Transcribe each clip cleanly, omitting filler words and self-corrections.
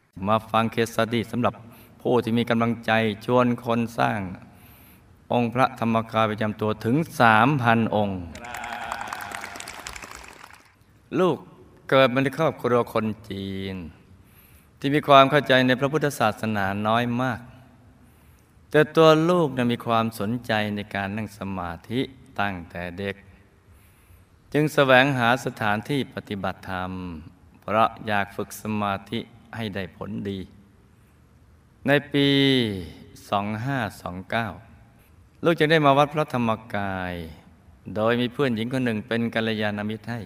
มาฟังเคสสตี้สำหรับผู้ที่มีกำลังใจชวนคนสร้างองค์พระธรรมกายประจำตัวถึง 3,000 องค์ ลูกเกิดมาในครอบครัวคนจีนที่มีความเข้าใจในพระพุทธศาสนาน้อยมาก แต่ตัวลูกมีความสนใจในการนั่งสมาธิตั้งแต่เด็กจึงแสวงหาสถานที่ปฏิบัติธรรมเพราะอยากฝึกสมาธิให้ได้ผลดีในปี 2529 ลูกจึงได้มาวัดพระธรรมกายโดยมีเพื่อนหญิงคนหนึ่งเป็นกัลยาณมิตรให้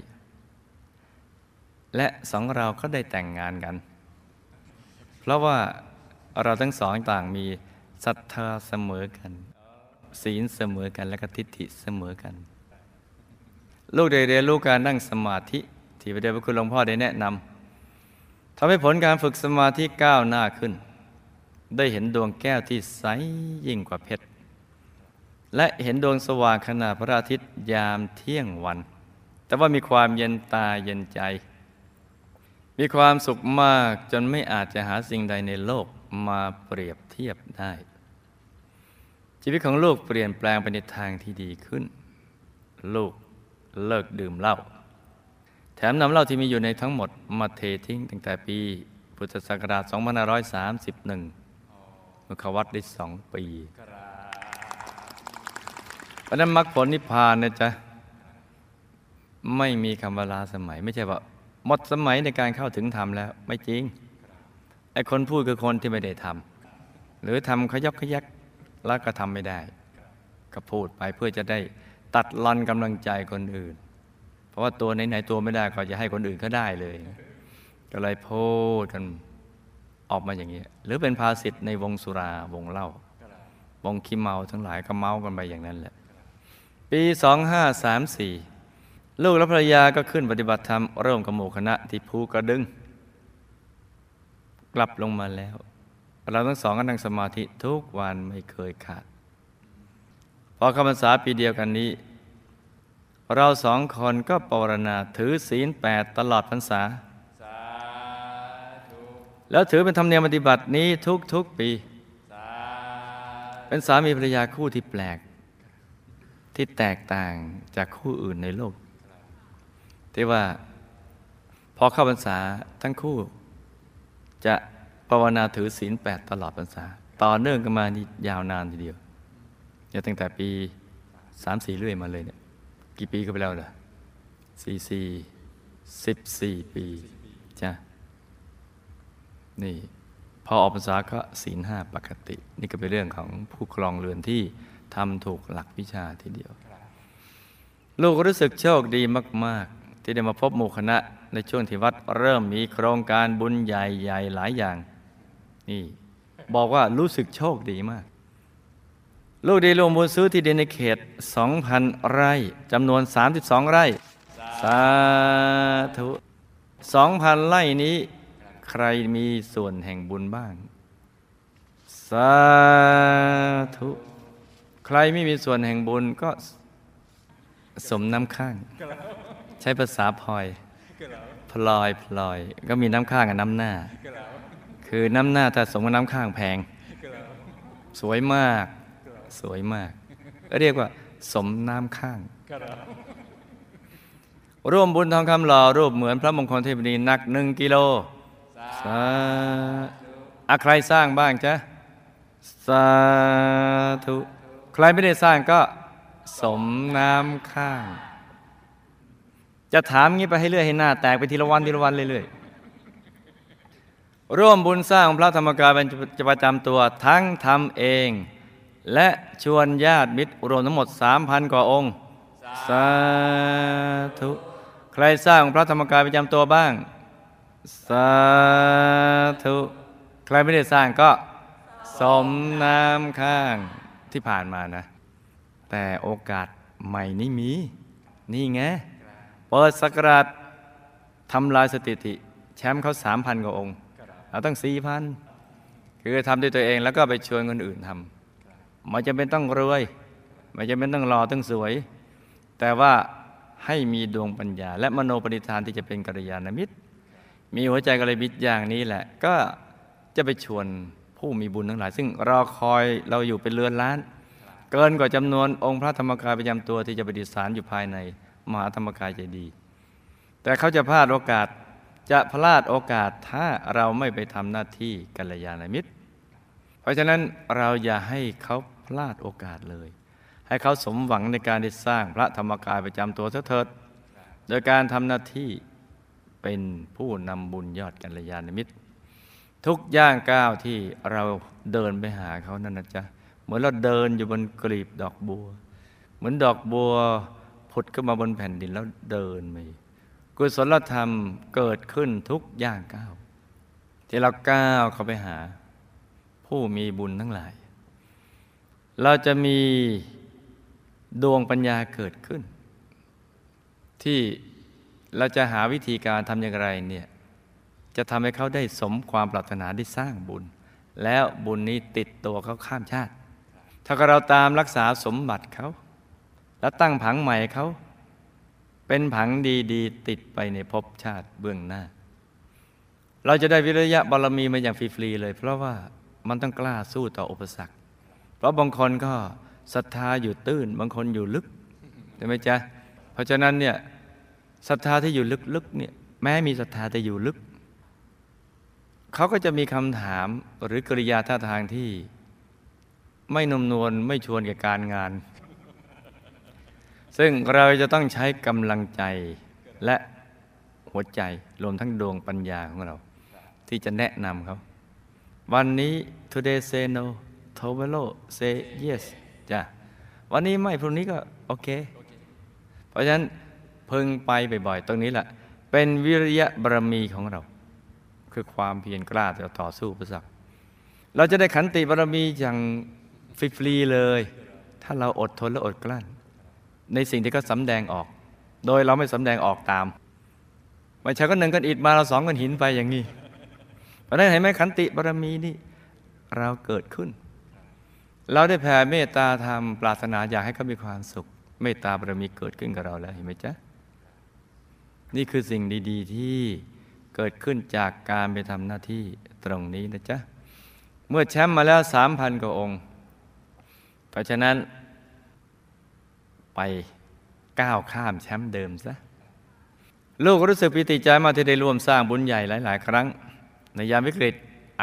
และสองเราก็ได้แต่งงานกันเพราะว่าเราทั้งสองต่างมีศรัทธาเสมอกันศีลเสมอกันและก็ทิฏฐิเสมอกันลูกได้เรียนรู้การนั่งสมาธิที่พระเดชพระคุณหลวงพ่อได้แนะนำทำให้ผลการฝึกสมาธิก้าวหน้าขึ้นได้เห็นดวงแก้วที่ใสยิ่งกว่าเพชรและเห็นดวงสว่างขณะพระอาทิตย์ยามเที่ยงวันแต่ว่ามีความเย็นตาเย็นใจมีความสุขมากจนไม่อาจจะหาสิ่งใดในโลกมาเปรียบเทียบได้ชีวิตของลูกเปลี่ยนแปลงไปในทางที่ดีขึ้นลูกเลิกดื่มเหล้าแถมนำเหล้าที่มีอยู่ในทั้งหมดมาเททิ้งตั้งแต่ปีพุทธศักราช 2531 เมื่อเข้าวัดได้ 2 ปีเพราะนั้นมรรคผลนิพพานนะจ๊ะไม่มีคำว่าล้าสมัยไม่ใช่ว่าหมดสมัยในการเข้าถึงธรรมแล้วไม่จริงไอ้คนพูดคือคนที่ไม่ได้ทำหรือทำขยักขยักแล้วก็ทำไม่ได้ก็พูดไปเพื่อจะได้ตัดรอนกำลังใจคนอื่นเพราะว่าตัวไหนๆตัวไม่ได้ก็จะให้คนอื่นเขาได้เลยก็เลยพูดกันออกมาอย่างนี้หรือเป็นภาษิตในวงสุราวงเหล้าวงขี้เมาทั้งหลายก็เมากันไปอย่างนั้นแหละปี 2534 ลูกและภรรยาก็ขึ้นปฏิบัติธรรมร่วมกับหมู่คณะที่ภูกระดึงกลับลงมาแล้วเราทั้งสองก็นั่งสมาธิทุกวันไม่เคยขาดพอเข้าพรรษาปีเดียวกันนี้เราสองคนก็ภาวนาถือศีล 8ตลอดพรรษาแล้วถือเป็นธรรมเนียมปฏิบัตินี้ทุกปีเป็นสามีภรรยาคู่ที่แปลกที่แตกต่างจากคู่อื่นในโลกที่ว่าพอเข้าพรรษาทั้งคู่จะภาวนาถือศีล 8ตลอดพรรษาต่อเนื่องกันมานี่ยาวนานทีเดียวตั้งแต่ปี 34 เรื่อยมาเลยเนี่ยกี่ปีก็ไปแล้วล่ะ14 ปีจ้ะนี่พอออกพรรษาก็ศีล 5ปกตินี่ก็เป็นเรื่องของผู้ครองเรือนที่ทำถูกหลักวิชาทีเดียวลูกรู้สึกโชคดีมากๆที่ได้มาพบหมู่คณะในช่วงที่วัดเริ่มมีโครงการบุญใหญ่ๆหลายอย่างนี่บอกว่ารู้สึกโชคดีมากลูกได้ลงบุญซื้อที่ดินในเขต 2,000 ไร่จำนวน 32 ไร่สาธุ 2,000 ไร่นี้ใครมีส่วนแห่งบุญบ้างสาธุใครไม่มีส่วนแห่งบุญก็สมน้ำข้างใช้ภาษาพลอยก็มีน้ำข้างกับน้ำหน้าคือน้ำหน้าถ้าสมกับน้ำข้างแพงสวยมากก็เรียกว่าสมน้ำข้างร่วมบุญทองคำหล่อรูปเหมือนพระมงคลเทพนีหนัก1 กิโลสาธุใครสร้างบ้างจ๊ะสาธุใครไม่ได้สร้างก็สมน้ำข้างจะถามงี้ไปให้เรื่อยให้หน้าแตกไปทีละวันเรื่อยๆร่วมบุญสร้างพระธรรมกายเป็นประจำตัวทั้งทำเองและชวนญาติมิตรรวมทั้งหมด 3,000 กว่าองค์สาธุใครสร้างพระธรรมกายประจำตัวบ้างสาธุใครไม่ได้สร้างก็สมน้ำข้างที่ผ่านมานะแต่โอกาสใหม่นี้มีนี่ไงเปิดศักราชทำลายสถิติแชมป์เขา 3,000 กว่าองค์เราต้อง 4,000 คือทำด้วยตัวเองแล้วก็ไปชวนคนอื่นทำไม่จำเป็นต้องรวยไม่จำเป็นต้องหล่อต้องสวยแต่ว่าให้มีดวงปัญญาและมโนปณิธานที่จะเป็นกัลยาณมิตรมีหัวใจกัลยาณมิตรอย่างนี้แหละก็จะไปชวนผู้มีบุญทั้งหลายซึ่งรอคอยเราอยู่เป็นเรือนล้านเกินกว่าจำนวนองค์พระธรรมกายประจำตัวที่จะประดิษฐานอยู่ภายในมหาธรรมกายเจดีย์แต่เขาจะพลาดโอกาสถ้าเราไม่ไปทำหน้าที่กัลยาณมิตรเพราะฉะนั้นเราอย่าให้เขาพลาดโอกาสเลยให้เขาสมหวังในการได้สร้างพระธรรมกายประจำตัวเถิดโดยการทำหน้าที่เป็นผู้นำบุญยอดกัลยาณมิตรทุกย่างก้าวที่เราเดินไปหาเขานั่นนะจ๊ะเหมือนเราเดินอยู่บนกลีบดอกบัวเหมือนดอกบัวผุดขึ้นมาบนแผ่นดินแล้วเดินไปกุศลธรรมเกิดขึ้นทุกย่างก้าวที่เราก้าวเข้าไปหาผู้มีบุญทั้งหลายเราจะมีดวงปัญญาเกิดขึ้นที่เราจะหาวิธีการทำอย่างไรเนี่ยจะทำให้เขาได้สมความปรารถนาได้สร้างบุญแล้วบุญนี้ติดตัวเขาข้ามชาติถ้าเราตามรักษาสมบัติเขาแล้วตั้งผังใหม่เขาเป็นผังดีๆติดไปในภพชาติเบื้องหน้าเราจะได้วิริยะบารมีมาอย่างฟรีๆเลยเพราะว่ามันต้องกล้าสู้ต่ออุปสรรคเพราะบางคนก็ศรัทธาอยู่ตื้นบางคนอยู่ลึกใช่ไหมจ๊ะเพราะฉะนั้นเนี่ยศรัทธาที่อยู่ลึกๆเนี่ยแม้มีศรัทธาแต่อยู่ลึกเขาก็จะมีคำถามหรือกริยาท่าทางที่ไม่นุ่มนวลไม่ชวนแก่การงานซึ่งเราจะต้องใช้กำลังใจและหัวใจรวมทั้งดวงปัญญาของเราที่จะแนะนำเขาวันนี้ today say no tomorrow say yes จ้ะวันนี้ไม่พรุ่งนี้ก็โอเคเพราะฉะนั้นพึงไปบ่อยๆตรงนี้แหละเป็นวิริยะบารมีของเราคือความเพียรกล้าจะต่อสู้อุปสรรคเราจะได้ขันติบารมีอย่างฟรีๆเลยถ้าเราอดทนและอดกลั้นในสิ่งที่เขาสำแดงออกโดยเราไม่สำแดงออกตามไม่ใช่ก็หนึ่งกันอิฐมาเราสองกันหินไปอย่างนี้เพราะนั้นเห็นไหมขันติบารมีนี่เราเกิดขึ้นเราได้แผ่เมตตาธรรมปรารถนาอยากให้เขามีความสุขเมตตาบารมีเกิดขึ้นกับเราแล้วเห็นไหมจ๊ะนี่คือสิ่งดีๆที่เกิดขึ้นจากการไปทำหน้าที่ตรงนี้นะจ๊ะเมื่อแชมป์มาแล้ว 3,000 กว่าองค์เพราะฉะนั้นไปก้าวข้ามแชมป์เดิมซะลูกรู้สึกปิติใจมากที่ได้ร่วมสร้างบุญใหญ่หลายๆครั้งในยามวิกฤต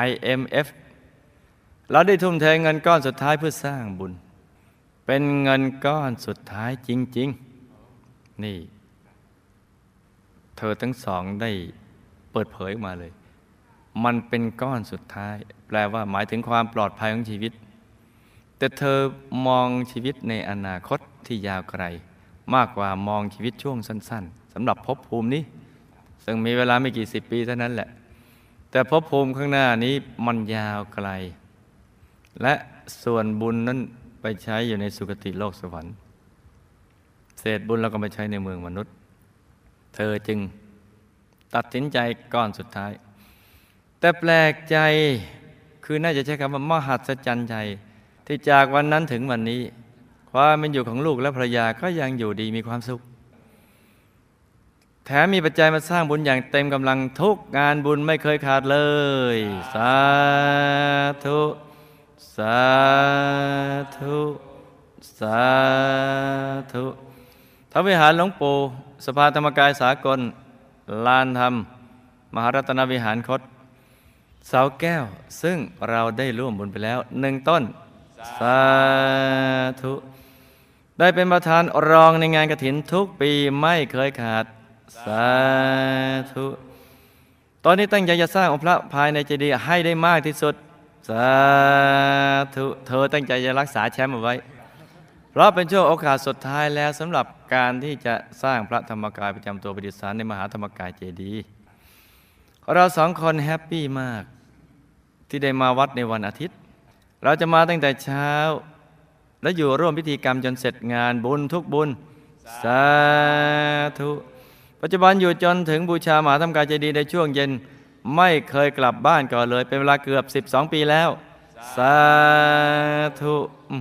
IMF เราได้ทุ่มเทเงินก้อนสุดท้ายเพื่อสร้างบุญเป็นเงินก้อนสุดท้ายจริงๆนี่เธอทั้งสองได้เปิดเผยมาเลยมันเป็นก้อนสุดท้ายแปลว่าหมายถึงความปลอดภัยของชีวิตแต่เธอมองชีวิตในอนาคตที่ยาวไกลมากกว่ามองชีวิตช่วงสั้นๆสำหรับภพภูมินี้ซึ่งมีเวลาไม่กี่สิบปีเท่านั้นแหละแต่ภพภูมิข้างหน้านี้มันยาวไกลและส่วนบุญนั้นไปใช้อยู่ในสุคติโลกสวรรค์เศษบุญเราก็ไปใช้ในเมืองมนุษย์เธอจึงตัดสินใจก้อนสุดท้ายแต่แปลกใจคือน่าจะใช้คำว่ามหัศจรรย์ใจที่จากวันนั้นถึงวันนี้ความเป็นอยู่ของลูกและภรรยาก็ยังอยู่ดีมีความสุขแถมมีปัจจัยมาสร้างบุญอย่างเต็มกำลังทุกงานบุญไม่เคยขาดเลยสาธุสาธุสาธุพระวิหารหลวงปู่สภาธรรมกายสากลลานธรรมมหารัตนวิหารคตเสาแก้วซึ่งเราได้ร่วมบุญไปแล้ว1 ต้นสาธุได้เป็นประธานรองในงานกฐินทุกปีไม่เคยขาดสาธุตอนนี้ตั้งใจจะสร้างองค์พระภายในเจดีย์ให้ได้มากที่สุดสาธุเธอตั้งใจจะรักษาแชมป์เอาไว้เพราะเป็นช่วงโอกาสสุดท้ายแล้วสำหรับการที่จะสร้างพระธรรมกายประจำตัวประดิษฐานในมหาธรรมกายเจดีย์เรา2 คนแฮปปี้มากที่ได้มาวัดในวันอาทิตย์เราจะมาตั้งแต่เช้าและอยู่ร่วมพิธีกรรมจนเสร็จงานบุญทุกบุญสาธุปัจจุบันอยู่จนถึงบูชามหาธรรมกายเจดีย์ในช่วงเย็นไม่เคยกลับบ้านก่อนเลยเป็นเวลาเกือบ12 ปีแล้วสาธุ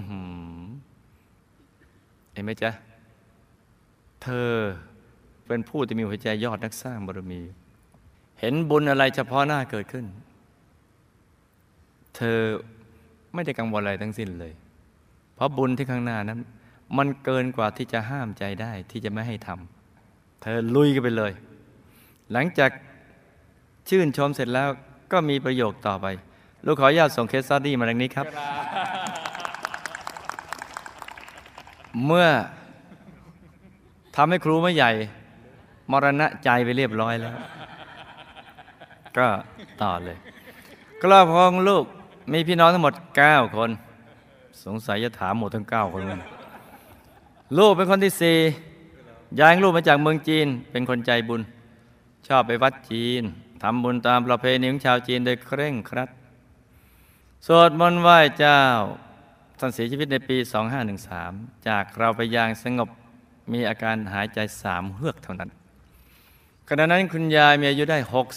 เห็นไหมจ๊ะเธอเป็นผู้ที่มีหัวใจยอดนักสร้างบารมีเห็นบุญอะไรเฉพาะหน้าเกิดขึ้นเธอไม่ได้กังวลอะไรทั้งสิ้นเลยเพราะบุญที่ข้างหน้านั้นมันเกินกว่าที่จะห้ามใจได้ที่จะไม่ให้ทำเธอลุยกันไปเลยหลังจากชื่นชมเสร็จแล้วก็มีประโยคต่อไปลูกขออนุญาตส่งเคสสตัดดี้มาดังนี้ครับ เมื่อทำให้ครูไม่ใหญ่มรณะใจไปเรียบร้อยแล้วก็ต่อเลยครอบครองลูกมีพี่น้องทั้งหมด9 คนสงสัยจะถามหมดทั้ง9 คนลูกเป็นคนที่4ย้ายลูกมาจากเมืองจีนเป็นคนใจบุญชอบไปวัดจีนทำบุญตามประเพณีของชาวจีนโดยเคร่งครัดสวดมนต์ไหว้เจ้าท่านเสียชีวิตในปี 2513 จากเราไปอย่างสงบมีอาการหายใจ3 เฮือกเท่านั้นขณะนั้นคุณยายมีอายุได้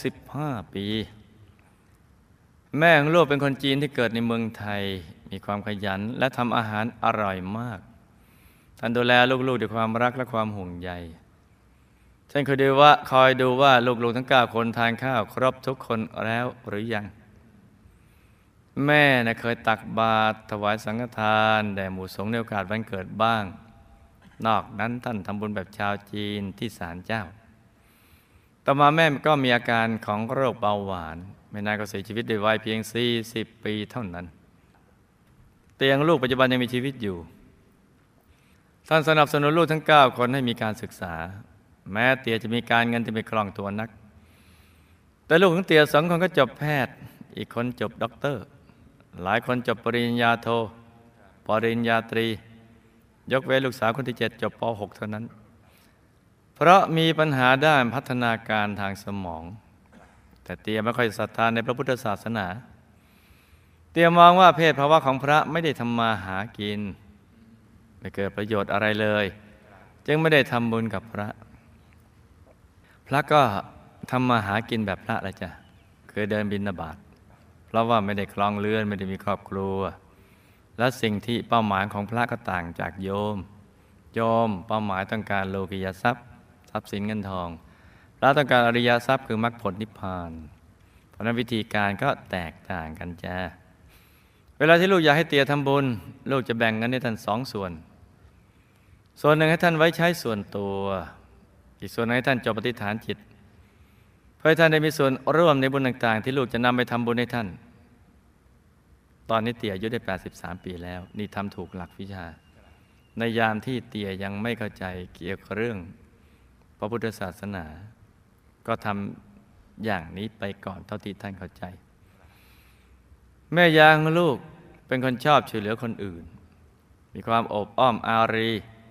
65 ปีแม่ของลูกเป็นคนจีนที่เกิดในเมืองไทยมีความขยันและทำอาหารอร่อยมากท่านดูแลลูกๆด้วยความรักและความห่วงใยท่านคอยดูว่าลูกๆทั้ง9 คนทานข้าวครบทุกคนแล้วหรือยังแม่เคยตักบาตรถวายสังฆทานแด่หมู่สงฆ์ในโอกาสวันเกิดบ้างนอกนั้นท่านทำบุญแบบชาวจีนที่ศาลเจ้าต่อมาแม่ก็มีอาการของโรคเบาหวานไม่นานก็เสียชีวิตด้วยวัยเพียง40 ปีเท่านั้นเตียงลูกปัจจุบันยังมีชีวิตอยู่ท่านสนับสนุนลูกทั้ง9 คนให้มีการศึกษาแม้เตียจะมีการเงินที่ไม่คล่องตัวนักแต่ลูกของเตีย2 คนก็จบแพทย์อีกคนจบด็อกเตอร์หลายคนจบปริญญาโทปริญญาตรียกเว้นลูกสาวคนที่7จบป.6 เท่านั้นเพราะมีปัญหาด้านพัฒนาการทางสมองแต่เตียไม่ค่อยศรัทธาในพระพุทธศาสนาเตียมองว่าเพศภาวะของพระไม่ได้ทำมาหากินไม่เกิดประโยชน์อะไรเลยจึงไม่ได้ทำบุญกับพระก็ทำมาหากินแบบพระละจ้ะคือเดินบิณฑบาตเพราะว่าไม่ได้ครองเรือนไม่ได้มีครอบครัวและสิ่งที่เป้าหมายของพระก็ต่างจากโยมเป้าหมายต้องการโลกิยทรัพย์ทรัพย์สินเงินทองพระต้องการอริยทรัพย์คือมรรคผลนิพพานเพราะนั้นวิธีการก็แตกต่างกันจ้าเวลาที่ลูกอยากให้เตียทำบุญลูกจะแบ่งเงินให้ท่าน2 ส่วนหนึ่งให้ท่านไว้ใช้ส่วนตัวอีกส่วนให้ท่านจบอธิษฐานจิตเพื่อให้ท่านได้มีส่วนร่วมในบุญต่างๆที่ลูกจะนำไปทำบุญให้ท่านตอนนี้เตียอายุได้83 ปีแล้วนี่ทำถูกหลักวิชาในยามที่เตียยังไม่เข้าใจเกี่ยวกับเรื่องพระพุทธศาสนาก็ทำอย่างนี้ไปก่อนเท่าที่ท่านเข้าใจแม่ยายของลูกเป็นคนชอบช่วยเหลือคนอื่นมีความอบอ้อมอารี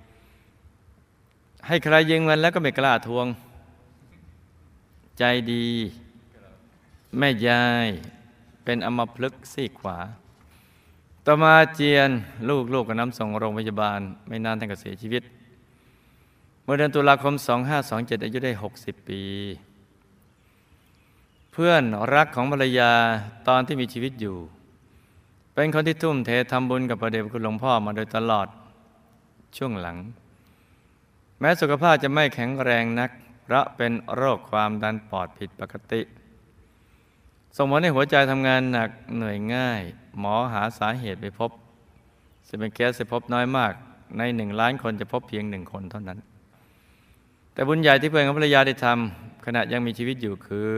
ให้ใครยืมเงินแล้วก็ไม่กล้าทวงใจดีแม่ยายเป็นอัมพฤกษ์ซีกขวาต่อมาเจียนลูกก็นำส่งโรงพยาบาลไม่นานท่านก็เสียชีวิตเมื่อเดือนตุลาคม 2527 อายุได้60 ปีเพื่อนรักของภรรยาตอนที่มีชีวิตอยู่เป็นคนที่ทุ่มเททำบุญกับพระเดชพระคุณหลวงพ่อมาโดยตลอดช่วงหลังแม้สุขภาพจะไม่แข็งแรงนักเพราะเป็นโรคความดันปอดผิดปกติส่งผลให้หัวใจทำงานหนักเหนื่อยง่ายหมอหาสาเหตุไม่พบซึ่งเป็นเคสที่พบน้อยมากใน1 ล้านคนจะพบเพียง1 คนเท่านั้นแต่บุญใหญ่ที่เพื่อนของภรรยาได้ทำขณะยังมีชีวิตอยู่คือ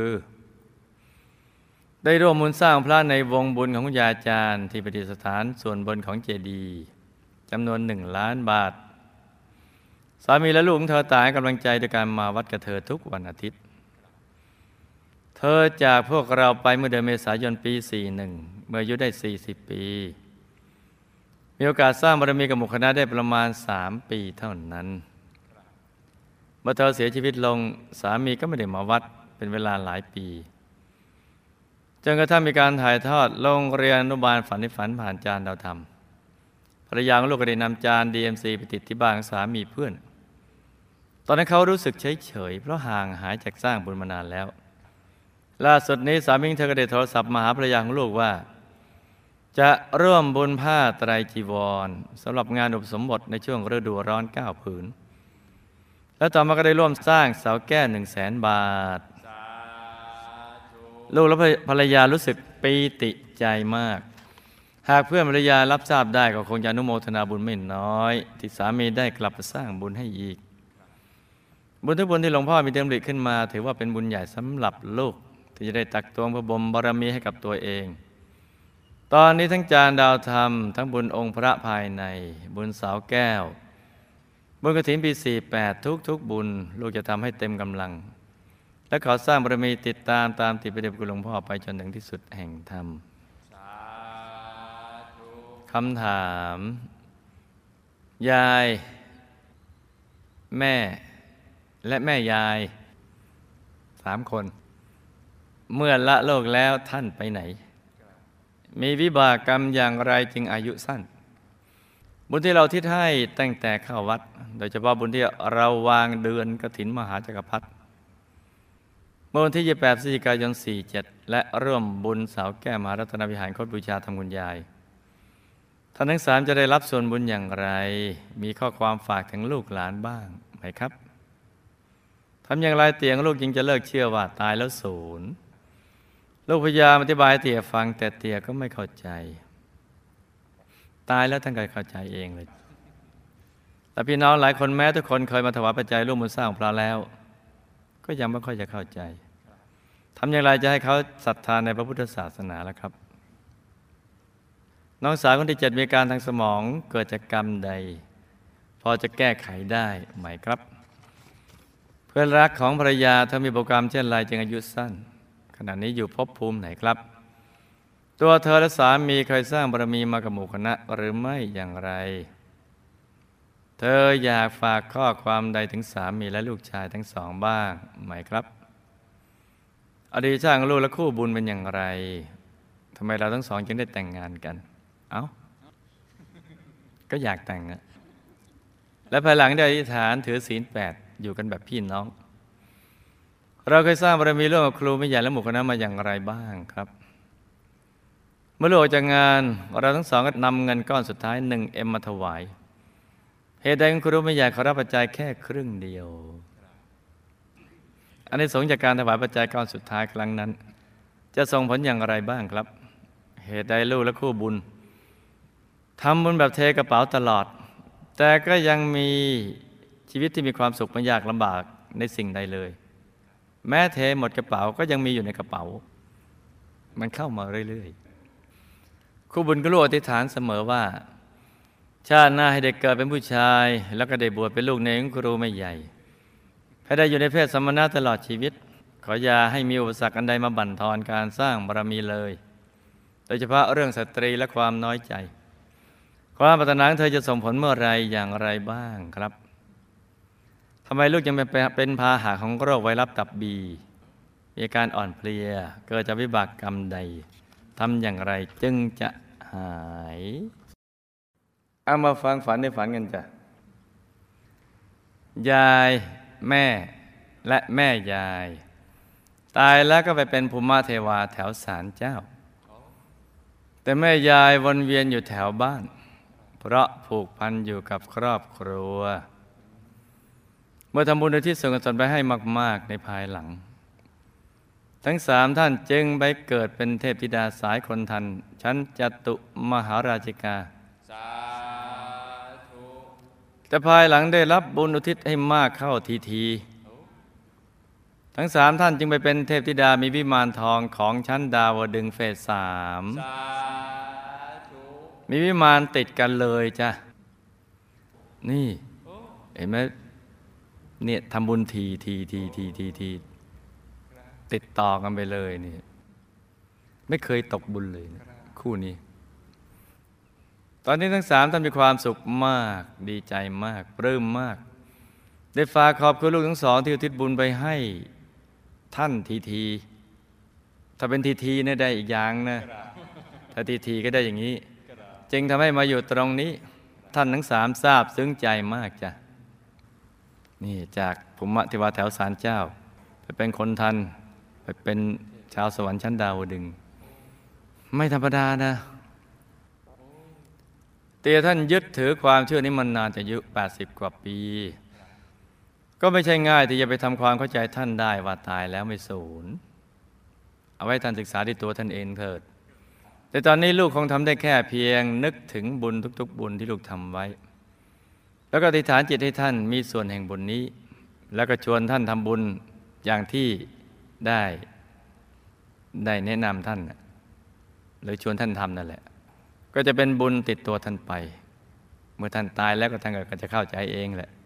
ได้ร่วมบุญสร้างพระในวงบุญของคุณยายอาจารย์ที่ประดิษฐานส่วนบนของเจดีย์จำนวน1 ล้านบาทสามีและลูกของเธอต่างให้กำลังใจด้วยการมาวัดกับเธอทุกวันอาทิตย์เธอจากพวกเราไปเมื่อเดือนเมษายนปี 41 เมื่ออายุได้40 ปีมีโอกาสสร้างบารมีกับหมู่คณะได้ประมาณ3 ปีเท่านั้นเมื่อเธอเสียชีวิตลงสามีก็ไม่ได้มาวัดเป็นเวลาหลายปีจนกระทั่งมีการถ่ายทอดโรงเรียนอนุบาลฝันในฝันผ่านจานดาวธรรมภรรยาของลูกก็ได้นำจาน DMC ไปติดที่บ้านของสามีเพื่อนตอนนั้นเขารู้สึกเฉยๆเพราะห่างหายจากสร้างบุญมานานแล้วล่าสุดนี้สามีเธอก็ได้โทรศัพท์มาหาภรรยาของลูกว่าจะร่วมบุญผ้าไตรจีวรสำหรับงานอุปสมบทในช่วงฤดูร้อน9 ผืนและต่อมาก็ได้ร่วมสร้างเสาแก้ว100,000 บาทลูกและภรรยารู้สึกปีติใจมากหากเพื่อนภรรยารับทราบได้ก็คงจะอนุโมทนาบุญไม่น้อยที่สามีได้กลับมาสร้างบุญให้อีกบุญทุกบุญที่หลวงพ่อมีดำริขึ้นมาถือว่าเป็นบุญใหญ่สำหรับลูกที่จะได้ตักตวงพระบ่มบารมีให้กับตัวเองตอนนี้ทั้งจานดาวธรรมทั้งบุญองค์พระภายในบุญเสาแก้วบุญกฐินปี 48 ทุกบุญลูกจะทำให้เต็มกำลังและขอสร้างบารมีติดตามติดไปเด็จคุณหลวงพ่อไปจนถึงที่สุดแห่งธรรมคำถามยายแม่และแม่ยาย3 คนเมื่อละโลกแล้วท่านไปไหนมีวิบากกรรมอย่างไรจึงอายุสั้นบุญที่เราทิศให้ตั้งแต่เข้าวัดโดยเฉพาะบุญที่เราวางเดือนกฐินมหาจักรพรรดิเมื่อวันที่ 28 พฤศจิกายน 47 และร่วมบุญเสาแก้วมหารัตนวิหารโคตรบูชาธรรมคุณยายท่านทั้ง3จะได้รับส่วนบุญอย่างไรมีข้อความฝากถึงลูกหลานบ้างไหมครับทำอย่างไรเตียงลูกจึงจะเลิกเชื่อว่าตายแล้วศูนย์ลูกพยายามอธิบายให้เตี่ยฟังแต่เตี่ยก็ไม่เข้าใจตายแล้วท่านก็เข้าใจเองเลยแต่พี่น้องหลายคนแม้ทุกคนเคยมาถวายปัจจัยร่วมบุญสร้างพระแล้วก็ยังไม่ค่อยจะเข้าใจทำอย่างไรจะให้เขาศรัทธาในพระพุทธศาสนาล่ะครับน้องสาวคนที่7มีอาการทางสมองเกิดจากกรรมใดพอจะแก้ไขได้ไหมครับเพื่อนรักของภรรยาเธอมีโปรแกรมเช่นไรจึงอายุสั้นขณะนี้อยู่ภพภูมิไหนครับตัวเธอและสามีเคยสร้างบารมีมากับหมู่คณะหรือไม่อย่างไรเธออยากฝากข้อความใดถึงสามีและลูกชายทั้ง2บ้างไหมครับอดีตชาติของลูกและคู่บุญเป็นอย่างไรทำไมเราทั้ง2จึงได้แต่งงานกันเอ้าก็อยากแต่งนะและภายหลังได้อธิษฐานถือศีล 8อยู่กันแบบพี่น้องเราเคยสร้างบารมีร่วมกับครูไม่ใหญ่และหมู่คณะมาอย่างไรบ้างครับเมื่อลูกออกจากงานเราทั้ง2ก็นำเงินก้อนสุดท้าย1Mมาถวายเหตุใดคุณครูไม่ใหญ่ขอรับปัจจัยแค่ครึ่งเดียวอานิสงส์จากการถวายปัจจัยก้อนสุดท้ายครั้งนั้นจะส่งผลอย่างไรบ้างครับเหตุใดลูกและคู่บุญทำบุญแบบเทกระเป๋าตลอดแต่ก็ยังมีชีวิตที่มีความสุขไม่ยากลำบากในสิ่งใดเลยแม้เทหมดกระเป๋าก็ยังมีอยู่ในกระเป๋ามันเข้ามาเรื่อยๆคู่บุญก็รู้อธิษฐานเสมอว่าชาติหน้าให้ได้เกิดเป็นผู้ชายแล้วก็ได้บวชเป็นลูกในองค์ครูไม่ใหญ่ให้ได้อยู่ในเพศสมณะตลอดชีวิตขออย่าให้มีอุปสรรคอันใดมาบั่นทอนการสร้างบารมีเลยโดยเฉพาะเรื่องสตรีและความน้อยใจความปรารถนาของเธอจะส่งผลเมื่อไรอย่างไรบ้างครับทำไมลูกยังเป็นพาหะของโรคไวรัสตับบีมีอาการอ่อนเพลียเกิดจากวิบากกรรมใดทำอย่างไรจึงจะหายเอามาฟังฝันในฝันกันจ้ะยายแม่และแม่ยายตายแล้วก็ไปเป็นภูมิเทวาแถวศาลเจ้าแต่แม่ยายวนเวียนอยู่แถวบ้านเพราะผูกพันอยู่กับครอบครัวเมื่อทำบุญอุทิศส่วนกุศลไปให้มากๆในภายหลังทั้ง3ท่านจึงไปเกิดเป็นเทพธิดาสายคนทันชั้นจตุมหาราชิกาแต่ภายหลังได้รับบุญอุทิศให้มากเข้าทีทั้ง3ท่านจึงไปเป็นเทพธิดามีวิมานทองของชั้นดาวดึงส์เฟส 3มีวิมานติดกันเลยจ้ะนี่เห็นไหมเนี่ยทำบุญทีติดต่อกันไปเลยนี่ไม่เคยตกบุญเลยนะคู่นี้ตอนนี้ทั้ง3ท่านมีความสุขมากดีใจมากปลื้มมากได้ฝากขอบคุณลูกทั้ง2ที่อุทิศบุญไปให้ท่านทีถ้าเป็นทีเนี่ยได้อีกอย่างนะถ้าทีก็ได้อย่างนี้จึงทำให้มาอยู่ตรงนี้ท่านทั้ง3ทราบซึ้งใจมากจ้ะนี่จากภูมิเทวาแถวศาลเจ้าไปเป็นคนทันไปเป็นชาวสวรรค์ชั้นดาวดึงส์ไม่ธรรมดานะเตียท่านยึดถือความเชื่อนี้มานานจะอายุ80 กว่าปีก็ไม่ใช่ง่ายที่จะไปทำความเข้าใจท่านได้ว่าตายแล้วไม่สูญเอาไว้ท่านศึกษาที่ตัวท่านเองเถิดแต่ตอนนี้ลูกคงทำได้แค่เพียงนึกถึงบุญทุกๆบุญที่ลูกทำไว้แล้วก็อธิษฐานจิตให้ท่านมีส่วนแห่งบุญนี้แล้วก็ชวนท่านทำบุญอย่างที่ได้แนะนำท่านหรือชวนท่านทำนั่นแหละก็จะเป็นบุญติดตัวท่านไปเมื่อท่านตายแล้วก็ท่านก็จะเข้าใจเองแหละ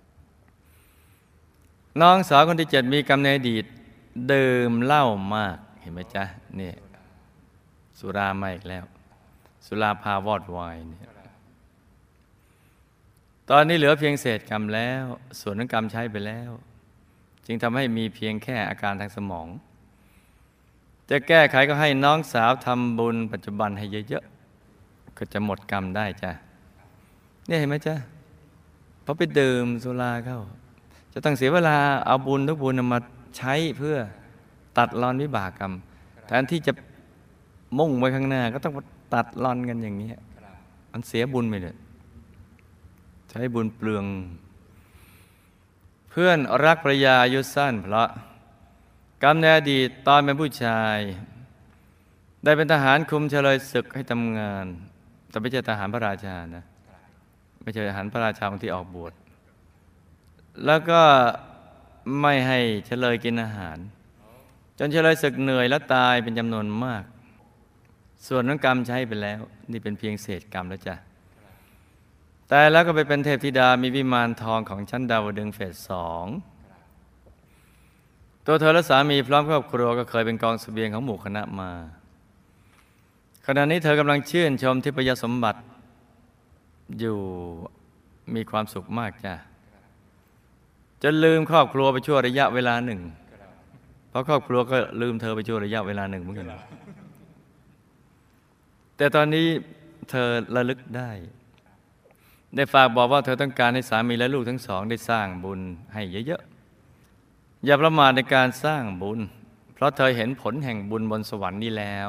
น้องสาวคนที่7มีกรรมในอดีตดื่มเหล้ามากเห็นไหมจ๊ะเนี่ยสุรามาอีกแล้วสุราพาวอดวายเนี่ยตอนนี้เหลือเพียงเศษกรรมแล้วส่วนของกรรมใช้ไปแล้วจึงทำให้มีเพียงแค่อาการทางสมองจะแก้ไขก็ให้น้องสาวทำบุญปัจจุบันให้เยอะๆก็จะหมดกรรมได้จ้ะเนี่ยเห็นไหมจ๊ะเพราะไปดื่มสุราเข้าจะต้องเสียเวลาเอาบุญทุกบุญมาใช้เพื่อตัดรอนวิบากกรรมแทนที่จะมุ่งไปข้างหน้าก็ต้องตัดรอนกันอย่างนี้มันเสียบุญไปเลยใช้บุญเปลืองเพื่อนรักภรรยาอายุสั้นเพราะกรรมในอดีตตอนเป็นผู้ชายได้เป็นทหารคุมเฉลยศึกให้ทำงานแต่ไม่ใช่ทหารพระราชานะไม่ใช่ทหารพระราชาที่ออกบวชแล้วก็ไม่ให้เฉลยกินอาหารจนเฉลยศึกเหนื่อยและตายเป็นจำนวนมากส่วนของกรรมใช้ไปแล้วนี่เป็นเพียงเศษกรรมแล้วจ้ะแต่แล้วก็ไปเป็นเทพธิดามีวิมานทองของชั้นดาวดึงส์เฟส 2ตัวเธอและสามีพร้อมครอบครัวก็เคยเป็นกองเสบียงของหมู่คณะมาขณะนี้เธอกำลังชื่นชมทิพยสมบัติอยู่มีความสุขมากจ้ะจนลืมครอบครัวไปชั่วระยะเวลาหนึ่งเพราะครอบครัวก็ลืมเธอไปชั่วระยะเวลาหนึ่งเหมือนกันแต่ตอนนี้เธอระลึกได้ฝากบอกว่าเธอต้องการให้สามีและลูกทั้งสองได้สร้างบุญให้เยอะๆอย่าประมาทในการสร้างบุญเพราะเธอเห็นผลแห่งบุญบนสวรรค์นี้แล้ว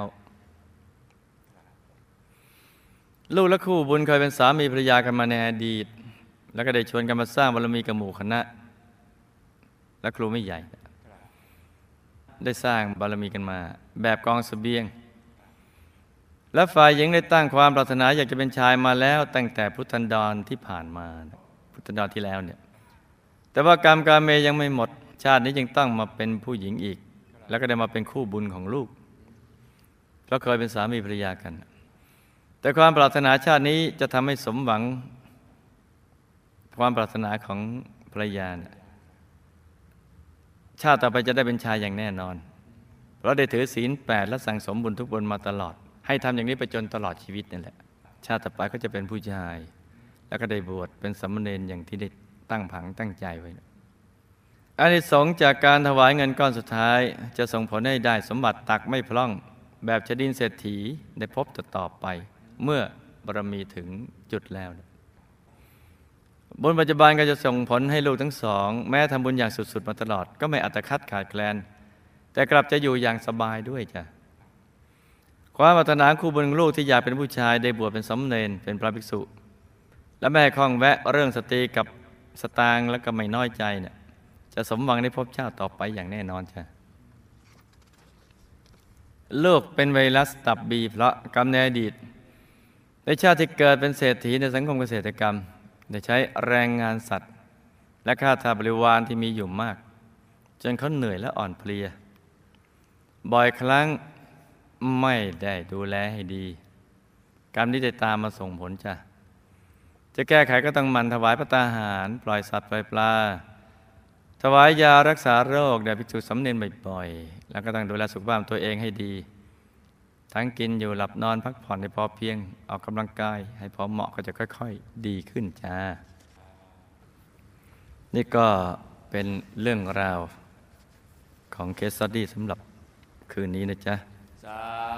ลูกและคู่บุญเคยเป็นสามีภรรยากันมาในอดีตแล้วก็ได้ชวนกันมาสร้างบารมีกับหมู่คณะและครูไม่ใหญ่ได้สร้างบารมีกันมาแบบกองเสบียงและฝ่ายหญิงได้ตั้งความปรารถนาอยากจะเป็นชายมาแล้วตั้งแต่พุทธันดรที่ผ่านมาพุทธันดรที่แล้วเนี่ยแต่ว่ากรรมกาเมยังไม่หมดชาตินี้ยังต้องมาเป็นผู้หญิงอีกแล้วก็ได้มาเป็นคู่บุญของลูกเพราะเคยเป็นสามีภรรยากันแต่ความปรารถนาชาตินี้จะทำให้สมหวังความปรารถนาของภรรยาเนี่ยชาติต่อไปจะได้เป็นชายอย่างแน่นอนเพราะได้ถือศีล 8และสั่งสมบุญทุกบุญมาตลอดให้ทำอย่างนี้ไปจนตลอดชีวิตนี่แหละชาติต่อไปก็จะเป็นผู้ชายแล้วก็ได้บวชเป็นสามเณรอย่างที่ได้ตั้งผังตั้งใจไว้อานิสงส์จากการถวายเงินก้อนสุดท้ายจะส่งผลให้ได้สมบัติตักไม่พร่องแบบชดินเศรษฐีได้พบต่อไปเมื่อบารมีถึงจุดแล้วบุญปัจจุบันก็จะส่งผลให้ลูกทั้งสองแม้ทำบุญอย่างสุดๆมาตลอดก็ไม่อัตคัดขาดแคลนแต่กลับจะอยู่อย่างสบายด้วยจ้ะความปรารถนาคู่บุญของลูกที่อยากเป็นผู้ชายได้บวชเป็นสามเณรเป็นพระภิกษุและไม่ให้คล้องแวะเรื่องสตรีกับสตางค์แล้วก็ไม่น้อยใจเนี่ยจะสมหวังในภพชาติต่อไปอย่างแน่นอนจ้ะลูกเป็นไวรัสตับบีเพราะกรรมในอดีตในชาติที่เกิดเป็นเศรษฐีในสังคมเกษตรกรรมได้ใช้แรงงานสัตว์และค่าทาสบริวารที่มีอยู่มากจนเขาเหนื่อยและอ่อนเพลียบ่อยครั้งไม่ได้ดูแลให้ดีกรรมนี้จะตามมาส่งผลจ้ะจะแก้ไขก็ต้องหมั่นถวายภัตตาหารปล่อยสัตว์ปล่อยปลาถวายยารักษาโรคแด่ภิกษุสามเณรบ่อยๆแล้วก็ต้องดูแลสุขภาพตัวเองให้ดีทั้งกินอยู่หลับนอนพักผ่อนให้พอเพียงออกกำลังกายให้พอเหมาะก็จะค่อยๆดีขึ้นจ้านี่ก็เป็นเรื่องราวของเคสสตั๊ดดี้สำหรับคืนนี้นะจ๊ะ